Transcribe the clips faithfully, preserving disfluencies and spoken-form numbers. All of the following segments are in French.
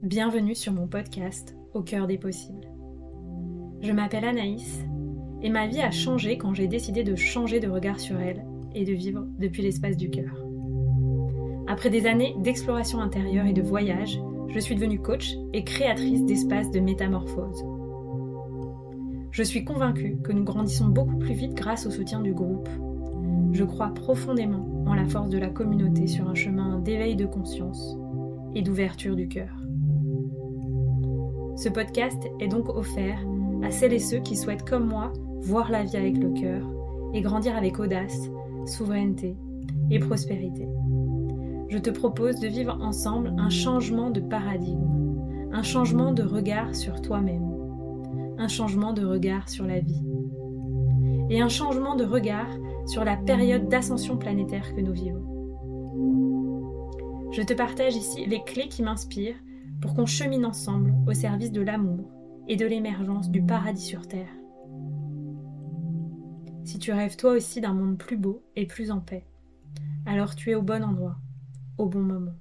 Bienvenue sur mon podcast Au cœur des possibles. Je m'appelle Anaïs et ma vie a changé quand j'ai décidé de changer de regard sur elle et de vivre depuis l'espace du cœur. Après des années d'exploration intérieure et de voyage, je suis devenue coach et créatrice d'espaces de métamorphose. Je suis convaincue que nous grandissons beaucoup plus vite grâce au soutien du groupe. Je crois profondément en la force de la communauté sur un chemin d'éveil de conscience et d'ouverture du cœur. Ce podcast est donc offert à celles et ceux qui souhaitent, comme moi, voir la vie avec le cœur et grandir avec audace, souveraineté et prospérité. Je te propose de vivre ensemble un changement de paradigme, un changement de regard sur toi-même, un changement de regard sur la vie et un changement de regard sur la période d'ascension planétaire que nous vivons. Je te partage ici les clés qui m'inspirent pour qu'on chemine ensemble au service de l'amour et de l'émergence du paradis sur Terre. Si tu rêves toi aussi d'un monde plus beau et plus en paix, alors tu es au bon endroit, au bon moment.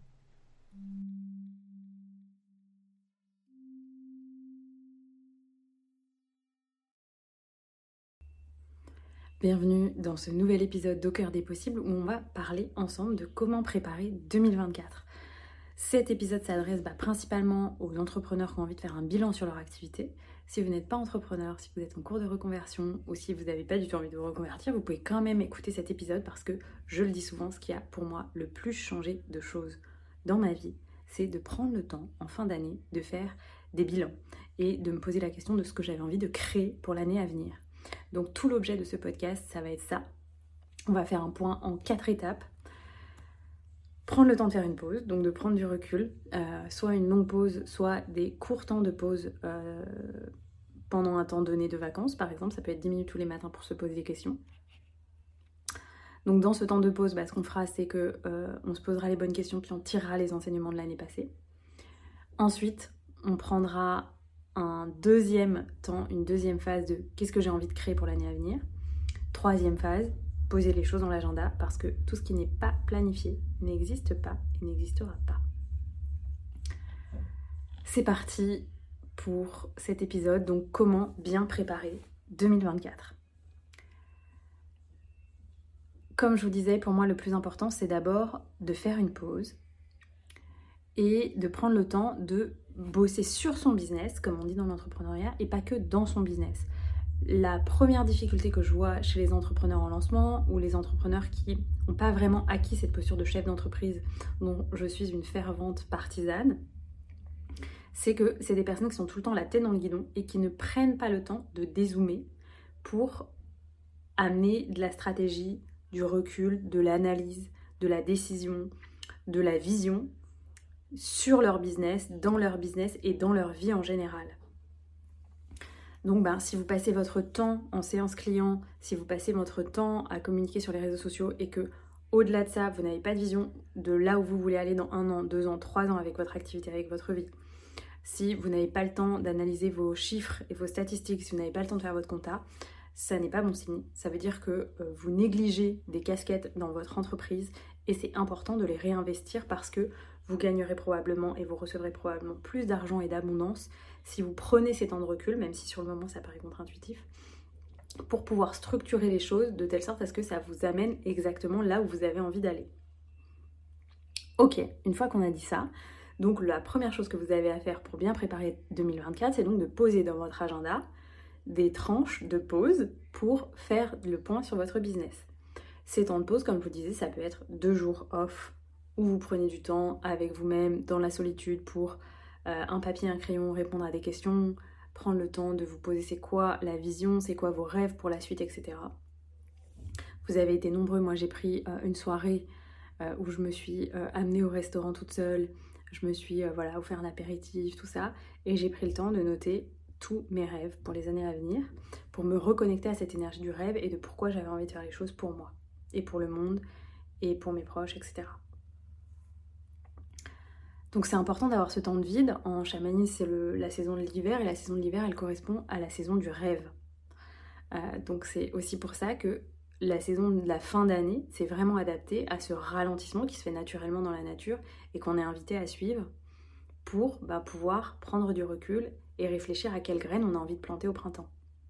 Bienvenue dans ce nouvel épisode d'Au cœur des possibles où on va parler ensemble de comment préparer deux mille vingt-quatre. Cet épisode s'adresse bah, principalement aux entrepreneurs qui ont envie de faire un bilan sur leur activité. Si vous n'êtes pas entrepreneur, si vous êtes en cours de reconversion ou si vous n'avez pas du tout envie de vous reconvertir, vous pouvez quand même écouter cet épisode parce que, je le dis souvent, ce qui a pour moi le plus changé de choses dans ma vie, c'est de prendre le temps en fin d'année de faire des bilans et de me poser la question de ce que j'avais envie de créer pour l'année à venir. Donc tout l'objet de ce podcast, ça va être ça. On va faire un point en quatre étapes. Prendre le temps de faire une pause, donc de prendre du recul, euh, soit une longue pause, soit des courts temps de pause euh, pendant un temps donné de vacances, par exemple, ça peut être dix minutes tous les matins pour se poser des questions. Donc dans ce temps de pause, bah, ce qu'on fera, c'est qu'on euh, se posera les bonnes questions, puis on tirera les enseignements de l'année passée. Ensuite, on prendra un deuxième temps, une deuxième phase de qu'est-ce que j'ai envie de créer pour l'année à venir. Troisième phase, poser les choses dans l'agenda parce que tout ce qui n'est pas planifié n'existe pas et n'existera pas. C'est parti pour cet épisode, donc comment bien préparer deux mille vingt-quatre. Comme je vous disais, pour moi le plus important c'est d'abord de faire une pause et de prendre le temps de bosser sur son business, comme on dit dans l'entrepreneuriat, et pas que dans son business. La première difficulté que je vois chez les entrepreneurs en lancement ou les entrepreneurs qui n'ont pas vraiment acquis cette posture de chef d'entreprise dont je suis une fervente partisane, c'est que c'est des personnes qui sont tout le temps la tête dans le guidon et qui ne prennent pas le temps de dézoomer pour amener de la stratégie, du recul, de l'analyse, de la décision, de la vision sur leur business, dans leur business et dans leur vie en général. Donc ben, si vous passez votre temps en séance client, si vous passez votre temps à communiquer sur les réseaux sociaux et que au-delà de ça, vous n'avez pas de vision de là où vous voulez aller dans un an, deux ans, trois ans avec votre activité, avec votre vie, si vous n'avez pas le temps d'analyser vos chiffres et vos statistiques, si vous n'avez pas le temps de faire votre compta, ça n'est pas bon signe. Ça veut dire que euh, vous négligez des casquettes dans votre entreprise et c'est important de les réinvestir parce que vous gagnerez probablement et vous recevrez probablement plus d'argent et d'abondance si vous prenez ces temps de recul, même si sur le moment ça paraît contre-intuitif, pour pouvoir structurer les choses de telle sorte à ce que ça vous amène exactement là où vous avez envie d'aller. Ok, une fois qu'on a dit ça, donc la première chose que vous avez à faire pour bien préparer deux mille vingt-quatre, c'est donc de poser dans votre agenda des tranches de pause pour faire le point sur votre business. Ces temps de pause, comme je vous disais, ça peut être deux jours off, où vous prenez du temps avec vous-même, dans la solitude, pour euh, un papier, un crayon, répondre à des questions, prendre le temps de vous poser c'est quoi la vision, c'est quoi vos rêves pour la suite, et cetera. Vous avez été nombreux, moi j'ai pris euh, une soirée euh, où je me suis euh, amenée au restaurant toute seule, je me suis euh, voilà, offert un apéritif, tout ça, et j'ai pris le temps de noter tous mes rêves pour les années à venir, pour me reconnecter à cette énergie du rêve et de pourquoi j'avais envie de faire les choses pour moi, et pour le monde, et pour mes proches, et cetera. Donc c'est important d'avoir ce temps de vide. En chamanisme, c'est le, la saison de l'hiver, et la saison de l'hiver, elle correspond à la saison du rêve. Euh, donc c'est aussi pour ça que la saison de la fin d'année, c'est vraiment adapté à ce ralentissement qui se fait naturellement dans la nature et qu'on est invité à suivre pour bah, pouvoir prendre du recul et réfléchir à quelles graines on a envie de planter au printemps.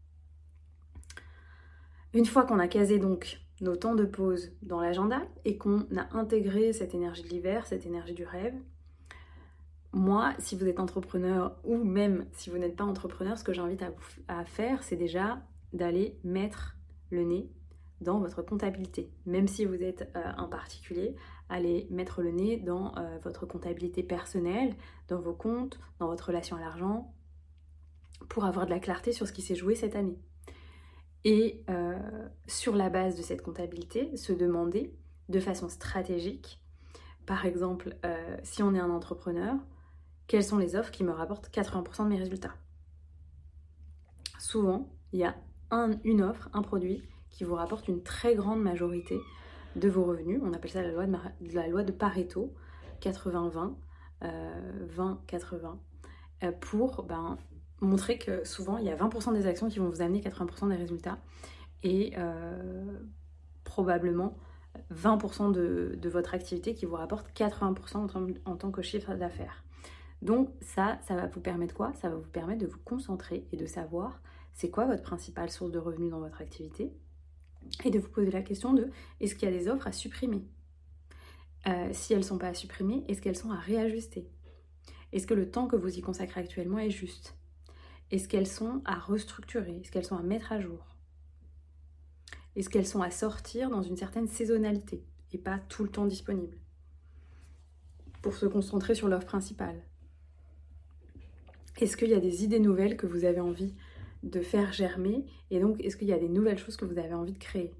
Une fois qu'on a casé donc nos temps de pause dans l'agenda et qu'on a intégré cette énergie de l'hiver, cette énergie du rêve, moi, si vous êtes entrepreneur ou même si vous n'êtes pas entrepreneur, ce que j'invite à, vous, à faire, c'est déjà d'aller mettre le nez dans votre comptabilité. Même si vous êtes euh, un particulier, allez mettre le nez dans euh, votre comptabilité personnelle, dans vos comptes, dans votre relation à l'argent, pour avoir de la clarté sur ce qui s'est joué cette année. Et euh, sur la base de cette comptabilité, se demander de façon stratégique, par exemple, euh, si on est un entrepreneur, quelles sont les offres qui me rapportent quatre-vingts pour cent de mes résultats. Souvent, il y a un, une offre, un produit qui vous rapporte une très grande majorité de vos revenus. On appelle ça la loi de, la loi de Pareto, quatre-vingts vingt, euh, vingt quatre-vingts, euh, pour ben, montrer que souvent, il y a vingt pour cent des actions qui vont vous amener quatre-vingts pour cent des résultats et euh, probablement vingt pour cent de, de votre activité qui vous rapporte quatre-vingts pour cent en, en tant que chiffre d'affaires. Donc ça, ça va vous permettre quoi? Ça va vous permettre de vous concentrer et de savoir c'est quoi votre principale source de revenus dans votre activité et de vous poser la question de est-ce qu'il y a des offres à supprimer? euh, Si elles ne sont pas à supprimer, est-ce qu'elles sont à réajuster? Est-ce que le temps que vous y consacrez actuellement est juste? Est-ce qu'elles sont à restructurer? Est-ce qu'elles sont à mettre à jour? Est-ce qu'elles sont à sortir dans une certaine saisonnalité et pas tout le temps disponibles pour se concentrer sur l'offre principale? Est-ce qu'il y a des idées nouvelles que vous avez envie de faire germer? Et donc, est-ce qu'il y a des nouvelles choses que vous avez envie de créer?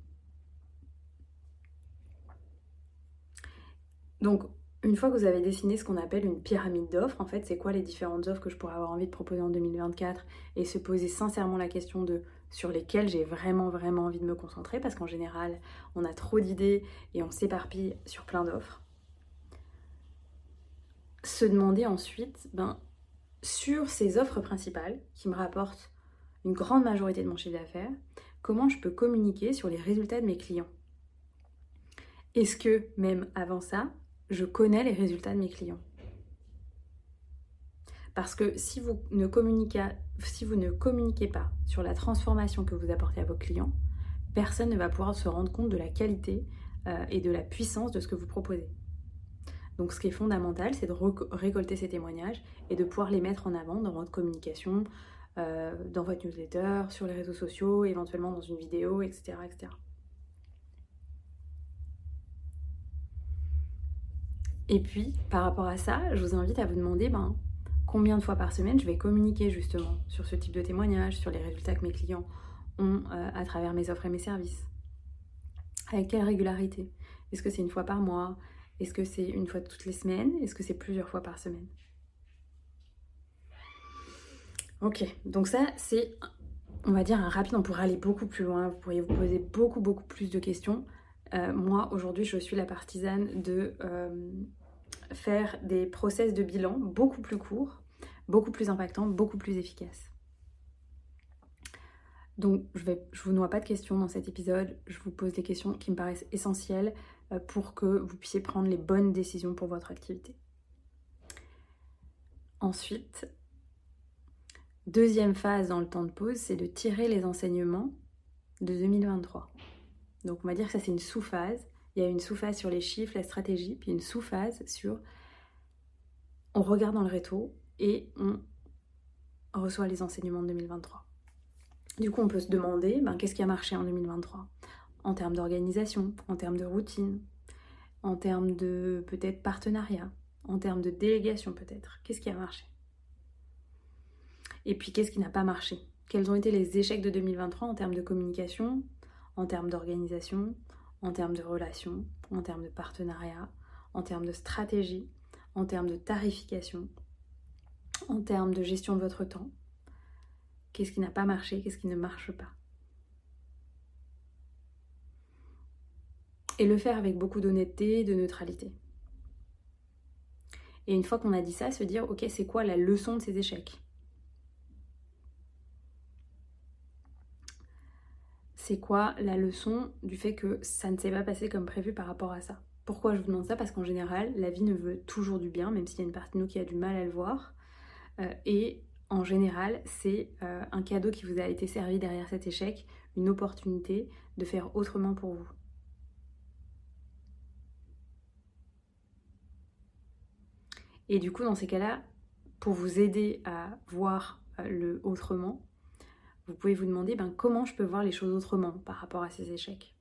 Donc, une fois que vous avez dessiné ce qu'on appelle une pyramide d'offres, en fait, c'est quoi les différentes offres que je pourrais avoir envie de proposer en deux mille vingt-quatre et se poser sincèrement la question de sur lesquelles j'ai vraiment, vraiment envie de me concentrer, parce qu'en général, on a trop d'idées et on s'éparpille sur plein d'offres. Se demander ensuite, ben, sur ces offres principales qui me rapportent une grande majorité de mon chiffre d'affaires, comment je peux communiquer sur les résultats de mes clients? Est-ce que même avant ça, je connais les résultats de mes clients? Parce que si vous ne communiquez, si vous ne communiquez pas sur la transformation que vous apportez à vos clients, personne ne va pouvoir se rendre compte de la qualité euh, et de la puissance de ce que vous proposez. Donc ce qui est fondamental, c'est de récolter ces témoignages et de pouvoir les mettre en avant dans votre communication, euh, dans votre newsletter, sur les réseaux sociaux, éventuellement dans une vidéo, et cetera, et cetera. Et puis, par rapport à ça, je vous invite à vous demander ben, combien de fois par semaine je vais communiquer justement sur ce type de témoignages, sur les résultats que mes clients ont euh, à travers mes offres et mes services. Avec quelle régularité? Est-ce que c'est une fois par mois? Est-ce que c'est une fois toutes les semaines? Est-ce que c'est plusieurs fois par semaine? Ok, donc ça c'est, on va dire, un rapide. On pourrait aller beaucoup plus loin, vous pourriez vous poser beaucoup beaucoup plus de questions. Euh, moi aujourd'hui je suis la partisane de euh, faire des process de bilan beaucoup plus courts, beaucoup plus impactants, beaucoup plus efficaces. Donc je ne je vous noie pas de questions dans cet épisode, je vous pose des questions qui me paraissent essentielles pour que vous puissiez prendre les bonnes décisions pour votre activité. Ensuite, deuxième phase dans le temps de pause, c'est de tirer les enseignements de deux mille vingt-trois. Donc on va dire que ça c'est une sous-phase. Il y a une sous-phase sur les chiffres, la stratégie, puis une sous-phase sur on regarde dans le rétro et on reçoit les enseignements de deux mille vingt-trois. Du coup, on peut se demander ben, qu'est-ce qui a marché en deux mille vingt-trois en termes d'organisation, en termes de routine, en termes de peut-être partenariat, en termes de délégation peut-être. Qu'est-ce qui a marché? Et puis, qu'est-ce qui n'a pas marché? Quels ont été les échecs de deux mille vingt-trois en termes de communication, en termes d'organisation, en termes de relations, en termes de partenariat, en termes de stratégie, en termes de tarification, en termes de gestion de votre temps? Qu'est-ce qui n'a pas marché? Qu'est-ce qui ne marche pas? Et le faire avec beaucoup d'honnêteté, de neutralité. Et une fois qu'on a dit ça, se dire, ok, c'est quoi la leçon de ces échecs? C'est quoi la leçon du fait que ça ne s'est pas passé comme prévu par rapport à ça? Pourquoi je vous demande ça? Parce qu'en général, la vie ne veut toujours du bien, même s'il y a une partie de nous qui a du mal à le voir. Euh, et en général, c'est euh, un cadeau qui vous a été servi derrière cet échec, une opportunité de faire autrement pour vous. Et du coup, dans ces cas-là, pour vous aider à voir euh, le autrement, vous pouvez vous demander ben, comment je peux voir les choses autrement par rapport à ces échecs.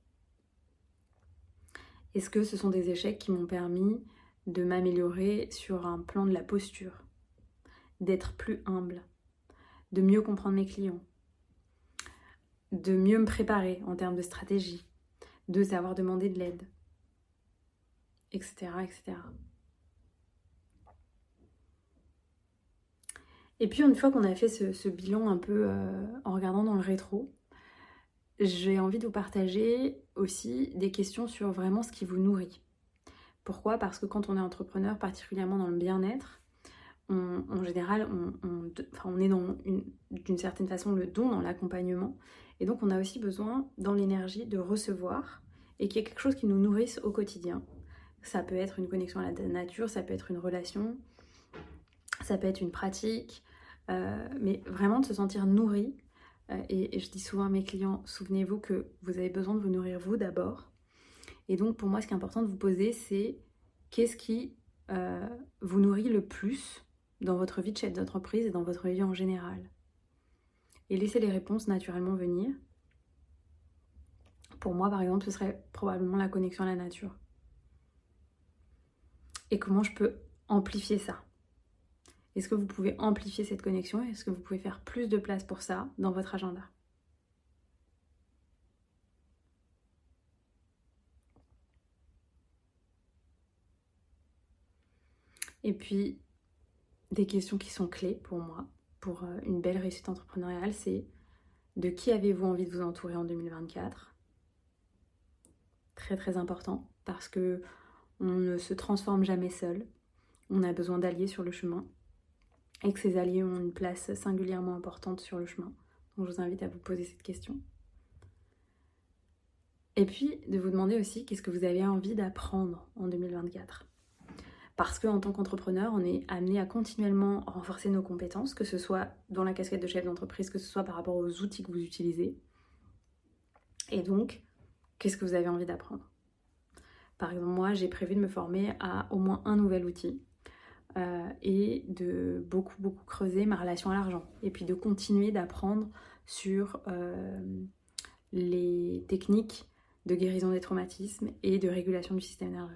Est-ce que ce sont des échecs qui m'ont permis de m'améliorer sur un plan de la posture, d'être plus humble, de mieux comprendre mes clients, de mieux me préparer en termes de stratégie, de savoir demander de l'aide, et cetera, et cetera. Et puis une fois qu'on a fait ce, ce bilan un peu euh, en regardant dans le rétro, j'ai envie de vous partager aussi des questions sur vraiment ce qui vous nourrit. Pourquoi? Parce que quand on est entrepreneur, particulièrement dans le bien-être, on, en général, on, on, enfin, on est dans une, d'une certaine façon le don dans l'accompagnement. Et donc on a aussi besoin dans l'énergie de recevoir et qu'il y ait quelque chose qui nous nourrisse au quotidien. Ça peut être une connexion à la nature, ça peut être une relation, ça peut être une pratique, euh, mais vraiment de se sentir nourri. Euh, et, et je dis souvent à mes clients, souvenez-vous que vous avez besoin de vous nourrir vous d'abord. Et donc pour moi, ce qui est important de vous poser, c'est qu'est-ce qui euh, vous nourrit le plus dans votre vie de chef d'entreprise et dans votre vie en général. Et laissez les réponses naturellement venir. Pour moi, par exemple, ce serait probablement la connexion à la nature. Et comment je peux amplifier ça? Est-ce que vous pouvez amplifier cette connexion? Est-ce que vous pouvez faire plus de place pour ça dans votre agenda? Et puis, des questions qui sont clés pour moi, pour une belle réussite entrepreneuriale, c'est de qui avez-vous envie de vous entourer en deux mille vingt-quatre? Très très important, parce que on ne se transforme jamais seul. On a besoin d'alliés sur le chemin. Et que ces alliés ont une place singulièrement importante sur le chemin. Donc je vous invite à vous poser cette question. Et puis de vous demander aussi qu'est-ce que vous avez envie d'apprendre en deux mille vingt-quatre. Parce qu'en tant qu'entrepreneur, on est amené à continuellement renforcer nos compétences, que ce soit dans la casquette de chef d'entreprise, que ce soit par rapport aux outils que vous utilisez. Et donc, qu'est-ce que vous avez envie d'apprendre? Par exemple, moi, j'ai prévu de me former à au moins un nouvel outil. Euh, et de beaucoup beaucoup creuser ma relation à l'argent et puis de continuer d'apprendre sur euh, les techniques de guérison des traumatismes et de régulation du système nerveux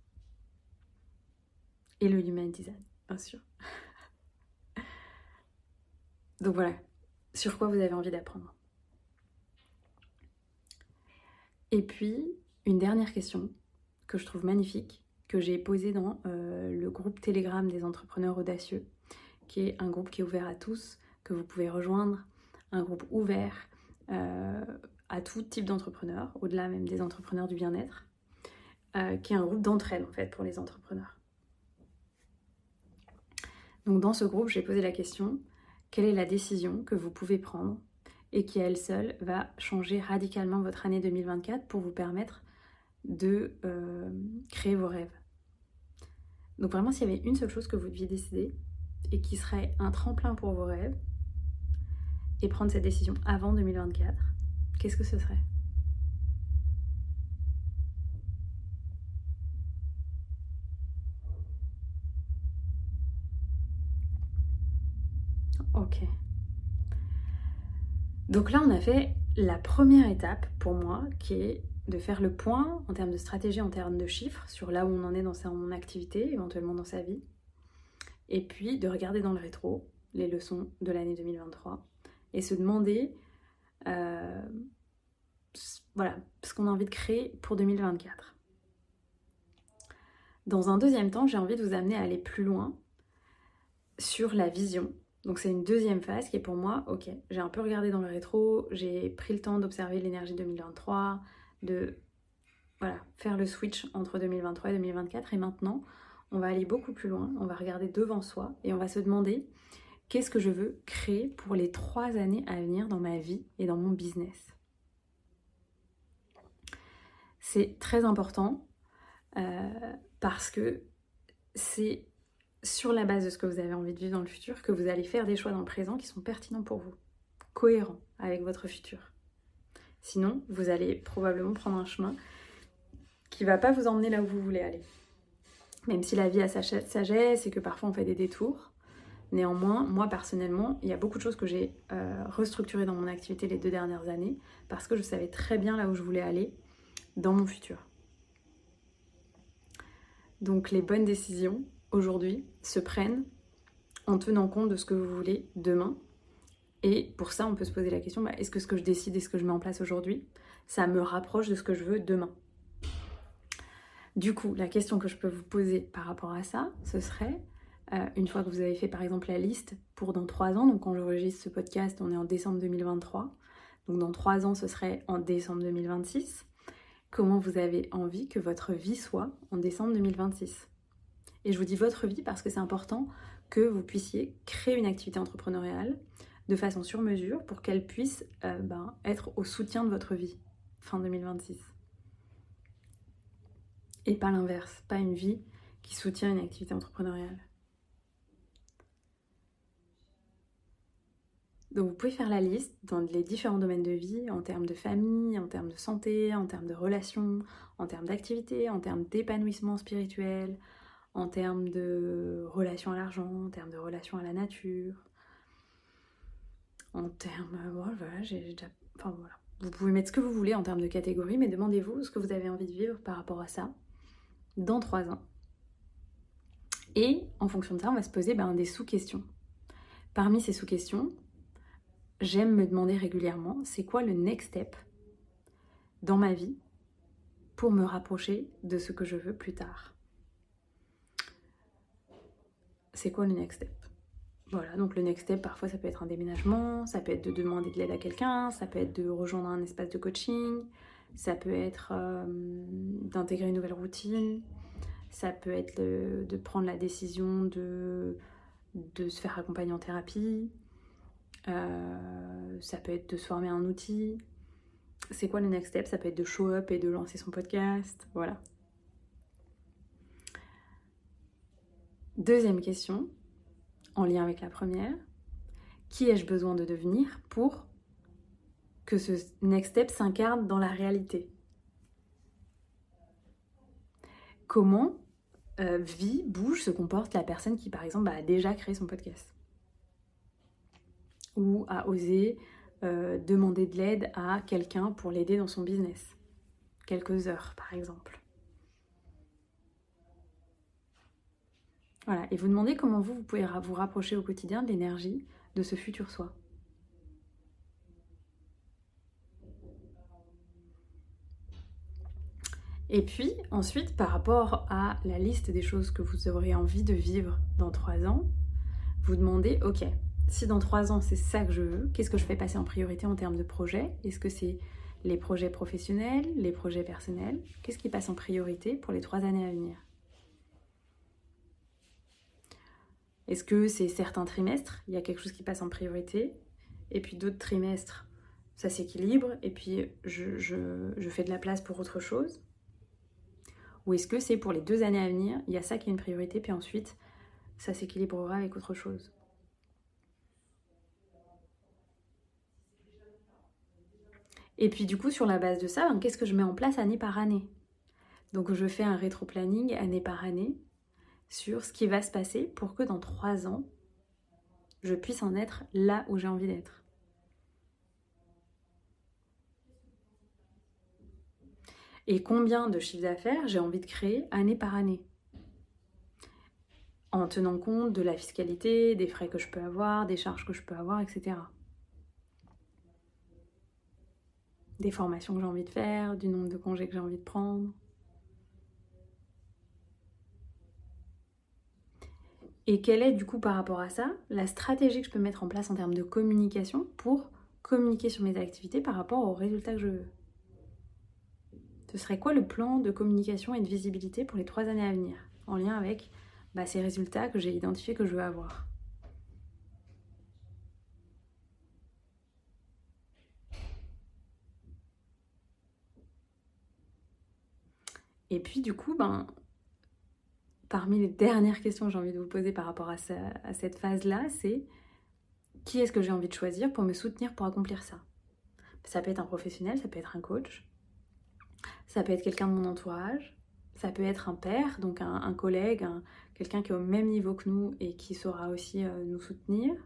et le human design bien sûr. Donc voilà, sur quoi vous avez envie d'apprendre. Et puis une dernière question que je trouve magnifique, que j'ai posé dans euh, le groupe Telegram des entrepreneurs audacieux, qui est un groupe qui est ouvert à tous, que vous pouvez rejoindre, un groupe ouvert euh, à tout type d'entrepreneurs, au-delà même des entrepreneurs du bien-être, euh, qui est un groupe d'entraide en fait pour les entrepreneurs. Donc dans ce groupe, j'ai posé la question, quelle est la décision que vous pouvez prendre et qui à elle seule va changer radicalement votre année deux mille vingt-quatre pour vous permettre de euh, créer vos rêves. Donc vraiment, s'il y avait une seule chose que vous deviez décider et qui serait un tremplin pour vos rêves et prendre cette décision avant deux mille vingt-quatre, qu'est-ce que ce serait? Ok. Donc là, on a fait la première étape pour moi qui est de faire le point en termes de stratégie, en termes de chiffres, sur là où on en est dans son activité, éventuellement dans sa vie. Et puis de regarder dans le rétro les leçons de l'année deux mille vingt-trois et se demander euh, voilà, ce qu'on a envie de créer pour deux mille vingt-quatre. Dans un deuxième temps, j'ai envie de vous amener à aller plus loin sur la vision. Donc c'est une deuxième phase qui est pour moi, ok, j'ai un peu regardé dans le rétro, j'ai pris le temps d'observer l'énergie deux mille vingt-trois, de voilà, faire le switch entre deux mille vingt-trois et deux mille vingt-quatre, et maintenant on va aller beaucoup plus loin, on va regarder devant soi et on va se demander qu'est-ce que je veux créer pour les trois années à venir dans ma vie et dans mon business. C'est très important euh, parce que c'est sur la base de ce que vous avez envie de vivre dans le futur que vous allez faire des choix dans le présent qui sont pertinents pour vous, cohérents avec votre futur. Sinon, vous allez probablement prendre un chemin qui ne va pas vous emmener là où vous voulez aller. Même si la vie a sa sagesse et que parfois on fait des détours, néanmoins, moi personnellement, il y a beaucoup de choses que j'ai euh, restructurées dans mon activité les deux dernières années parce que je savais très bien là où je voulais aller dans mon futur. Donc les bonnes décisions aujourd'hui se prennent en tenant compte de ce que vous voulez demain. Et pour ça, on peut se poser la question, bah, est-ce que ce que je décide et ce que je mets en place aujourd'hui, ça me rapproche de ce que je veux demain ? Du coup, la question que je peux vous poser par rapport à ça, ce serait, euh, une fois que vous avez fait par exemple la liste pour dans trois ans, donc quand j'enregistre ce podcast, on est en décembre deux mille vingt-trois, donc dans trois ans, ce serait en décembre deux mille vingt-six, comment vous avez envie que votre vie soit en décembre deux mille vingt-six ? Et je vous dis votre vie parce que c'est important que vous puissiez créer une activité entrepreneuriale de façon sur mesure pour qu'elle puisse euh, ben, être au soutien de votre vie fin deux mille vingt-six. Et pas l'inverse, pas une vie qui soutient une activité entrepreneuriale. Donc vous pouvez faire la liste dans les différents domaines de vie, en termes de famille, en termes de santé, en termes de relations, en termes d'activité, en termes d'épanouissement spirituel, en termes de relation à l'argent, en termes de relation à la nature, en termes... Voilà, voilà j'ai déjà... Enfin voilà. Vous pouvez mettre ce que vous voulez en termes de catégorie, mais demandez-vous ce que vous avez envie de vivre par rapport à ça dans trois ans. Et en fonction de ça, on va se poser ben, des sous-questions. Parmi ces sous-questions, j'aime me demander régulièrement, c'est quoi le next step dans ma vie pour me rapprocher de ce que je veux plus tard ? C'est quoi le next step ? Voilà, donc le next step, parfois ça peut être un déménagement, ça peut être de demander de l'aide à quelqu'un, ça peut être de rejoindre un espace de coaching, ça peut être euh, d'intégrer une nouvelle routine, ça peut être le, de prendre la décision de, de se faire accompagner en thérapie, euh, ça peut être de se former un outil. C'est quoi le next step ? Ça peut être de show up et de lancer son podcast, voilà. Deuxième question, en lien avec la première, qui ai-je besoin de devenir pour que ce next step s'incarne dans la réalité ? Comment euh, vit, bouge, se comporte la personne qui, par exemple, bah, a déjà créé son podcast ? Ou a osé euh, demander de l'aide à quelqu'un pour l'aider dans son business. Quelques heures, par exemple. Voilà, et vous demandez comment vous, vous pouvez vous rapprocher au quotidien de l'énergie de ce futur soi. Et puis, ensuite, par rapport à la liste des choses que vous aurez envie de vivre dans trois ans, vous demandez, ok, si dans trois ans c'est ça que je veux, qu'est-ce que je fais passer en priorité en termes de projets ? Est-ce que c'est les projets professionnels, les projets personnels ? Qu'est-ce qui passe en priorité pour les trois années à venir ? Est-ce que c'est certains trimestres, il y a quelque chose qui passe en priorité, et puis d'autres trimestres, ça s'équilibre, et puis je, je, je fais de la place pour autre chose ? Ou est-ce que c'est pour les deux années à venir, il y a ça qui est une priorité, puis ensuite, ça s'équilibrera avec autre chose ? Et puis du coup, sur la base de ça, ben, qu'est-ce que je mets en place année par année ? Donc je fais un rétro-planning année par année sur ce qui va se passer pour que dans trois ans, je puisse en être là où j'ai envie d'être. Et combien de chiffres d'affaires j'ai envie de créer année par année ? En tenant compte de la fiscalité, des frais que je peux avoir, des charges que je peux avoir, et cetera. Des formations que j'ai envie de faire, du nombre de congés que j'ai envie de prendre. Et quelle est du coup par rapport à ça la stratégie que je peux mettre en place en termes de communication pour communiquer sur mes activités par rapport aux résultats que je veux ? Ce serait quoi le plan de communication et de visibilité pour les trois années à venir, en lien avec bah, ces résultats que j'ai identifiés que je veux avoir ? Et puis du coup, ben, parmi les dernières questions que j'ai envie de vous poser par rapport à, ça, à cette phase-là, c'est qui est-ce que j'ai envie de choisir pour me soutenir pour accomplir ça? Ça peut être un professionnel, ça peut être un coach, ça peut être quelqu'un de mon entourage, ça peut être un père, donc un, un collègue, un, quelqu'un qui est au même niveau que nous et qui saura aussi euh, nous soutenir.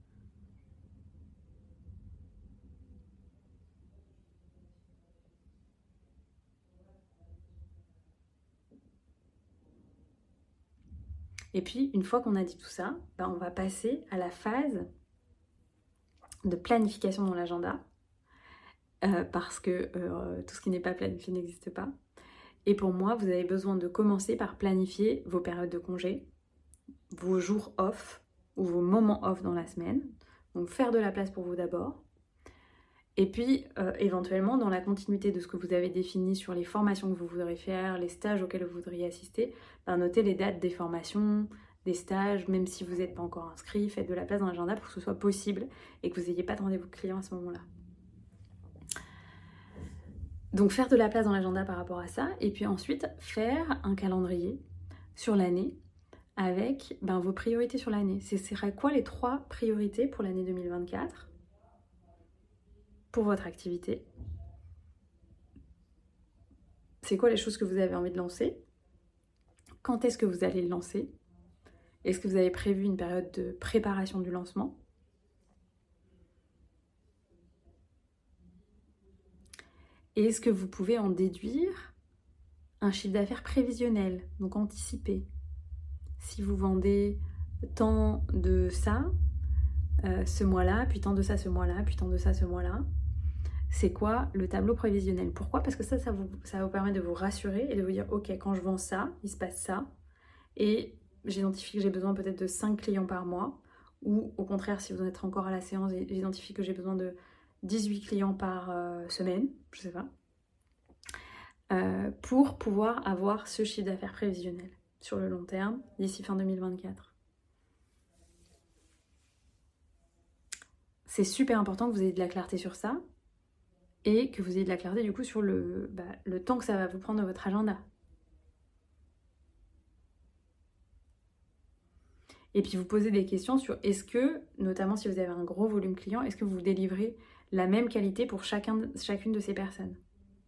Et puis, une fois qu'on a dit tout ça, ben on va passer à la phase de planification dans l'agenda, euh, parce que euh, tout ce qui n'est pas planifié n'existe pas. Et pour moi, vous avez besoin de commencer par planifier vos périodes de congé, vos jours off ou vos moments off dans la semaine. Donc faire de la place pour vous d'abord. Et puis, euh, éventuellement, dans la continuité de ce que vous avez défini sur les formations que vous voudrez faire, les stages auxquels vous voudriez assister, ben notez les dates des formations, des stages, même si vous n'êtes pas encore inscrit, faites de la place dans l'agenda pour que ce soit possible et que vous n'ayez pas de rendez-vous client à ce moment-là. Donc faire de la place dans l'agenda par rapport à ça, et puis ensuite faire un calendrier sur l'année avec ben, vos priorités sur l'année. Ce serait quoi les trois priorités pour l'année deux mille vingt-quatre pour votre activité? C'est quoi les choses que vous avez envie de lancer? Quand est-ce que vous allez le lancer? Est-ce que vous avez prévu une période de préparation du lancement? Et est-ce que vous pouvez en déduire un chiffre d'affaires prévisionnel, donc anticipé? Si vous vendez tant de ça euh, ce mois-là, puis tant de ça ce mois-là, puis tant de ça ce mois-là, c'est quoi le tableau prévisionnel? Pourquoi? Parce que ça, ça, vous, ça va vous permettre de vous rassurer et de vous dire, ok, quand je vends ça, il se passe ça, et j'identifie que j'ai besoin peut-être de cinq clients par mois, ou au contraire, si vous en êtes encore à la séance, j'identifie que j'ai besoin de dix-huit clients par euh, semaine, je sais pas, euh, pour pouvoir avoir ce chiffre d'affaires prévisionnel sur le long terme, d'ici fin deux mille vingt-quatre. C'est super important que vous ayez de la clarté sur ça, et que vous ayez de la clarté du coup sur le, bah, le temps que ça va vous prendre dans votre agenda. Et puis vous posez des questions sur est-ce que, notamment si vous avez un gros volume client, est-ce que vous délivrez la même qualité pour chacun, chacune de ces personnes?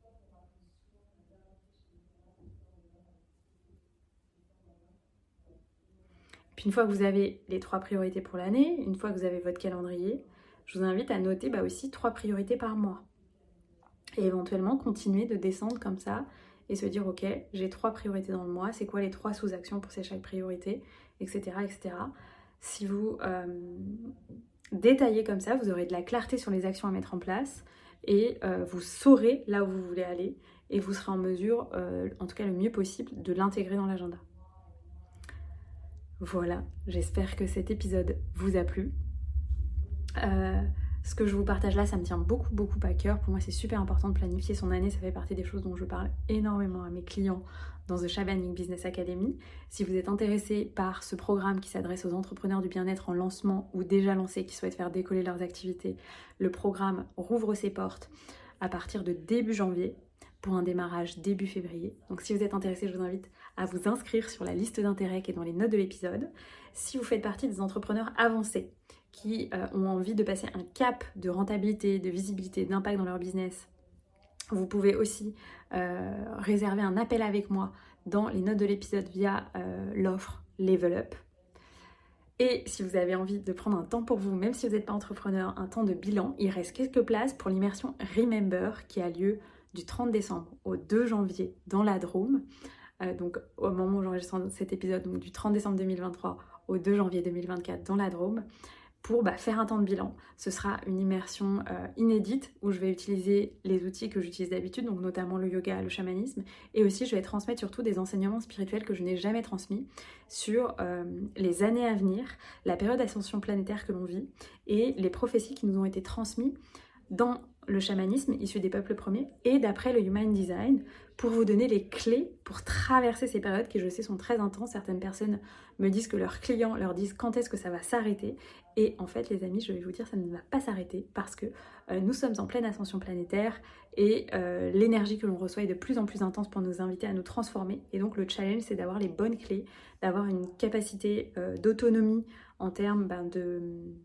Puis une fois que vous avez les trois priorités pour l'année, une fois que vous avez votre calendrier, je vous invite à noter bah, aussi trois priorités par mois. Et éventuellement continuer de descendre comme ça et se dire ok, j'ai trois priorités dans le mois, c'est quoi les trois sous-actions pour ces chaque priorité, et cetera et cetera. Si vous euh, détaillez comme ça, vous aurez de la clarté sur les actions à mettre en place et euh, vous saurez là où vous voulez aller et vous serez en mesure, euh, en tout cas le mieux possible, de l'intégrer dans l'agenda. Voilà, j'espère que cet épisode vous a plu. Euh, ce que je vous partage là, ça me tient beaucoup beaucoup à cœur. Pour moi, c'est super important de planifier son année. Ça fait partie des choses dont je parle énormément à mes clients dans The Shabanic Business Academy. Si vous êtes intéressé par ce programme qui s'adresse aux entrepreneurs du bien-être en lancement ou déjà lancés qui souhaitent faire décoller leurs activités, le programme rouvre ses portes à partir de début janvier pour un démarrage début février. Donc si vous êtes intéressé, je vous invite à vous inscrire sur la liste d'intérêt qui est dans les notes de l'épisode. Si vous faites partie des entrepreneurs avancés qui euh, ont envie de passer un cap de rentabilité, de visibilité, d'impact dans leur business, vous pouvez aussi euh, réserver un appel avec moi dans les notes de l'épisode via euh, l'offre Level Up. Et si vous avez envie de prendre un temps pour vous, même si vous n'êtes pas entrepreneur, un temps de bilan, il reste quelques places pour l'immersion Remember qui a lieu du trente décembre au deux janvier dans la Drôme. Euh, donc au moment où j'enregistre cet épisode, donc du trente décembre deux mille vingt-trois au deux janvier deux mille vingt-quatre dans la Drôme, pour bah, faire un temps de bilan. Ce sera une immersion euh, inédite où je vais utiliser les outils que j'utilise d'habitude, donc notamment le yoga, le chamanisme, et aussi je vais transmettre surtout des enseignements spirituels que je n'ai jamais transmis sur euh, les années à venir, la période d'ascension planétaire que l'on vit et les prophéties qui nous ont été transmises dans le chamanisme issu des peuples premiers et d'après le Human Design pour vous donner les clés pour traverser ces périodes qui, je sais, sont très intenses. Certaines personnes me disent que leurs clients leur disent quand est-ce que ça va s'arrêter. Et en fait, les amis, je vais vous dire, ça ne va pas s'arrêter parce que euh, nous sommes en pleine ascension planétaire et euh, l'énergie que l'on reçoit est de plus en plus intense pour nous inviter à nous transformer. Et donc, le challenge, c'est d'avoir les bonnes clés, d'avoir une capacité euh, d'autonomie en termes ben, de...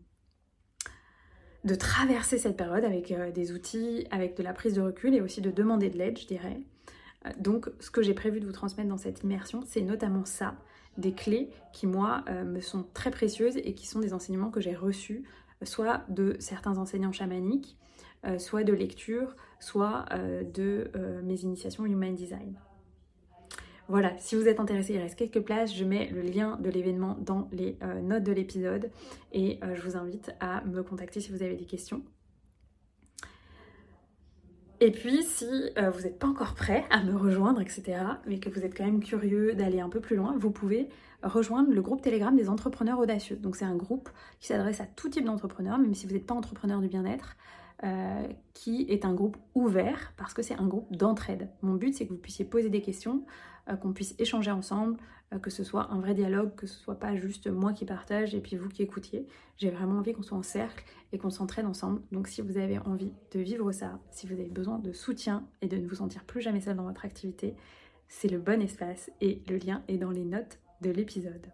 de traverser cette période avec euh, des outils, avec de la prise de recul et aussi de demander de l'aide, je dirais. Euh, donc, ce que j'ai prévu de vous transmettre dans cette immersion, c'est notamment ça, des clés qui, moi, euh, me sont très précieuses et qui sont des enseignements que j'ai reçus, euh, soit de certains enseignants chamaniques, euh, soit de lecture, soit euh, de euh, mes initiations Human Design. Voilà, si vous êtes intéressé, il reste quelques places, je mets le lien de l'événement dans les euh, notes de l'épisode et euh, je vous invite à me contacter si vous avez des questions. Et puis, si euh, vous n'êtes pas encore prêt à me rejoindre, et cetera, mais que vous êtes quand même curieux d'aller un peu plus loin, vous pouvez rejoindre le groupe Telegram des entrepreneurs audacieux. Donc, c'est un groupe qui s'adresse à tout type d'entrepreneurs, même si vous n'êtes pas entrepreneur du bien-être, euh, qui est un groupe ouvert parce que c'est un groupe d'entraide. Mon but, c'est que vous puissiez poser des questions, euh, qu'on puisse échanger ensemble, euh, que ce soit un vrai dialogue, que ce soit pas juste moi qui partage et puis vous qui écoutiez. J'ai vraiment envie qu'on soit en cercle et qu'on s'entraide ensemble. Donc si vous avez envie de vivre ça, si vous avez besoin de soutien et de ne vous sentir plus jamais seul dans votre activité, c'est le bon espace et le lien est dans les notes de l'épisode.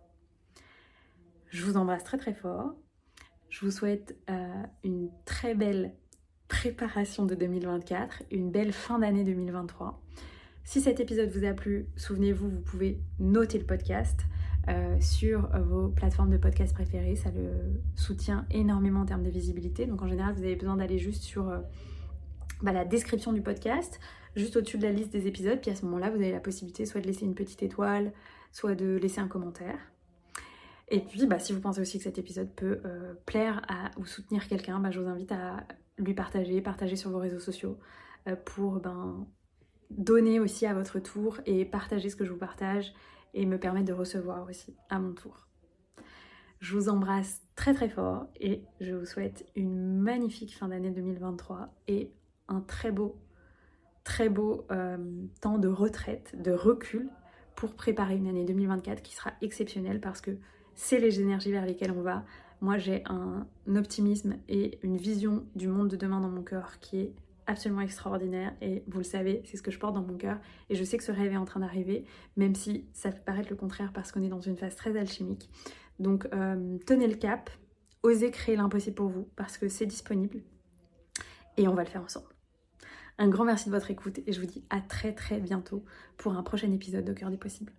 Je vous embrasse très très fort. Je vous souhaite euh, une très belle préparation de deux mille vingt-quatre, une belle fin d'année deux mille vingt-trois. Si cet épisode vous a plu, souvenez-vous, vous pouvez noter le podcast euh, sur vos plateformes de podcast préférées. Ça le soutient énormément en termes de visibilité. Donc en général, vous avez besoin d'aller juste sur euh, bah, la description du podcast, juste au-dessus de la liste des épisodes. Puis à ce moment-là, vous avez la possibilité soit de laisser une petite étoile, soit de laisser un commentaire. Et puis, bah, si vous pensez aussi que cet épisode peut euh, plaire à, ou soutenir quelqu'un, bah, je vous invite à lui partager, partager sur vos réseaux sociaux euh, pour ben, donner aussi à votre tour et partager ce que je vous partage et me permettre de recevoir aussi à mon tour. Je vous embrasse très très fort et je vous souhaite une magnifique fin d'année deux mille vingt-trois et un très beau, très beau euh, temps de retraite, de recul pour préparer une année deux mille vingt-quatre qui sera exceptionnelle parce que c'est les énergies vers lesquelles on va. Moi, j'ai un optimisme et une vision du monde de demain dans mon cœur qui est absolument extraordinaire et vous le savez, c'est ce que je porte dans mon cœur et je sais que ce rêve est en train d'arriver, même si ça peut paraître le contraire parce qu'on est dans une phase très alchimique. Donc, euh, tenez le cap, osez créer l'impossible pour vous parce que c'est disponible et on va le faire ensemble. Un grand merci de votre écoute et je vous dis à très très bientôt pour un prochain épisode d'Au Cœur des Possibles.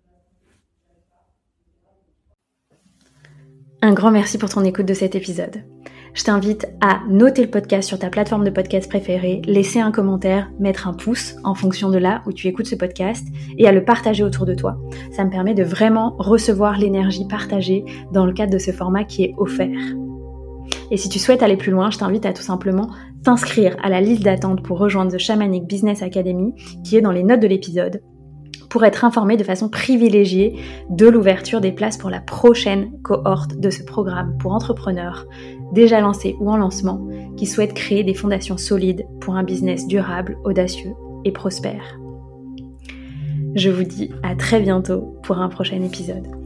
Un grand merci pour ton écoute de cet épisode. Je t'invite à noter le podcast sur ta plateforme de podcast préférée, laisser un commentaire, mettre un pouce en fonction de là où tu écoutes ce podcast et à le partager autour de toi. Ça me permet de vraiment recevoir l'énergie partagée dans le cadre de ce format qui est offert. Et si tu souhaites aller plus loin, je t'invite à tout simplement t'inscrire à la liste d'attente pour rejoindre The Shamanic Business Academy qui est dans les notes de l'épisode, pour être informé de façon privilégiée de l'ouverture des places pour la prochaine cohorte de ce programme pour entrepreneurs déjà lancés ou en lancement qui souhaitent créer des fondations solides pour un business durable, audacieux et prospère. Je vous dis à très bientôt pour un prochain épisode.